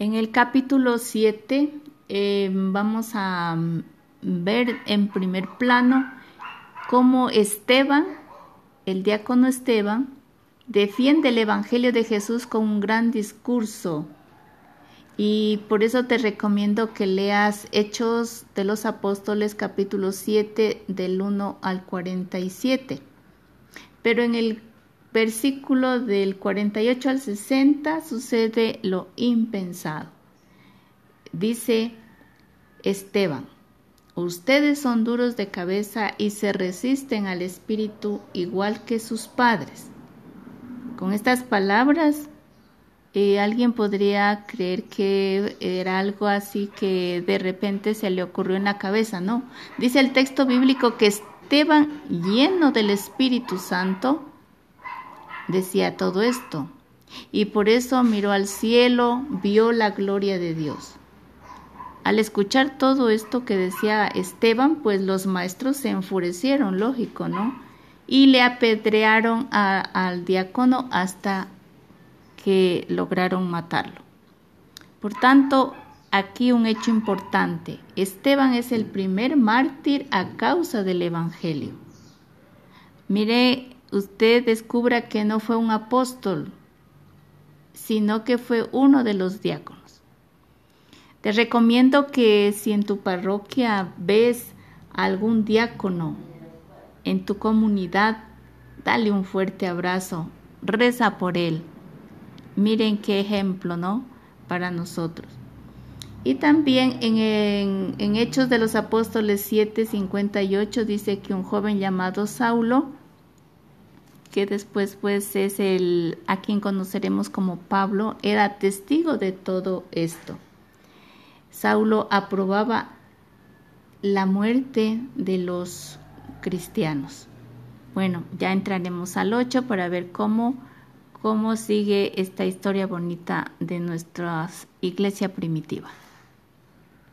En el capítulo 7 vamos a ver en primer plano cómo Esteban, el diácono Esteban, defiende el Evangelio de Jesús con un gran discurso. Y por eso te recomiendo que leas Hechos de los Apóstoles capítulo 7 del 1 al 47. Pero en el versículo del 48 al 60 sucede lo impensado. Dice Esteban: ustedes son duros de cabeza y se resisten al Espíritu igual que sus padres. Con estas palabras, alguien podría creer que era algo así que de repente se le ocurrió en la cabeza, ¿no? Dice el texto bíblico que Esteban, lleno del Espíritu Santo, decía todo esto, y por eso miró al cielo, vio la gloria de Dios. Al escuchar todo esto que decía Esteban, pues los maestros se enfurecieron, lógico, ¿no? Y le apedrearon al diácono hasta que lograron matarlo. Por tanto, aquí un hecho importante: Esteban es el primer mártir a causa del Evangelio. Mire, usted descubra que no fue un apóstol, sino que fue uno de los diáconos. Te recomiendo que si en tu parroquia ves algún diácono en tu comunidad, dale un fuerte abrazo, reza por él. Miren qué ejemplo, ¿no? Para nosotros. Y también en Hechos de los Apóstoles 7:58 dice que un joven llamado Saulo, que después pues es a quien conoceremos como Pablo, era testigo de todo esto. Saulo aprobaba la muerte de los cristianos. Bueno, ya entraremos al 8 para ver cómo sigue esta historia bonita de nuestra iglesia primitiva.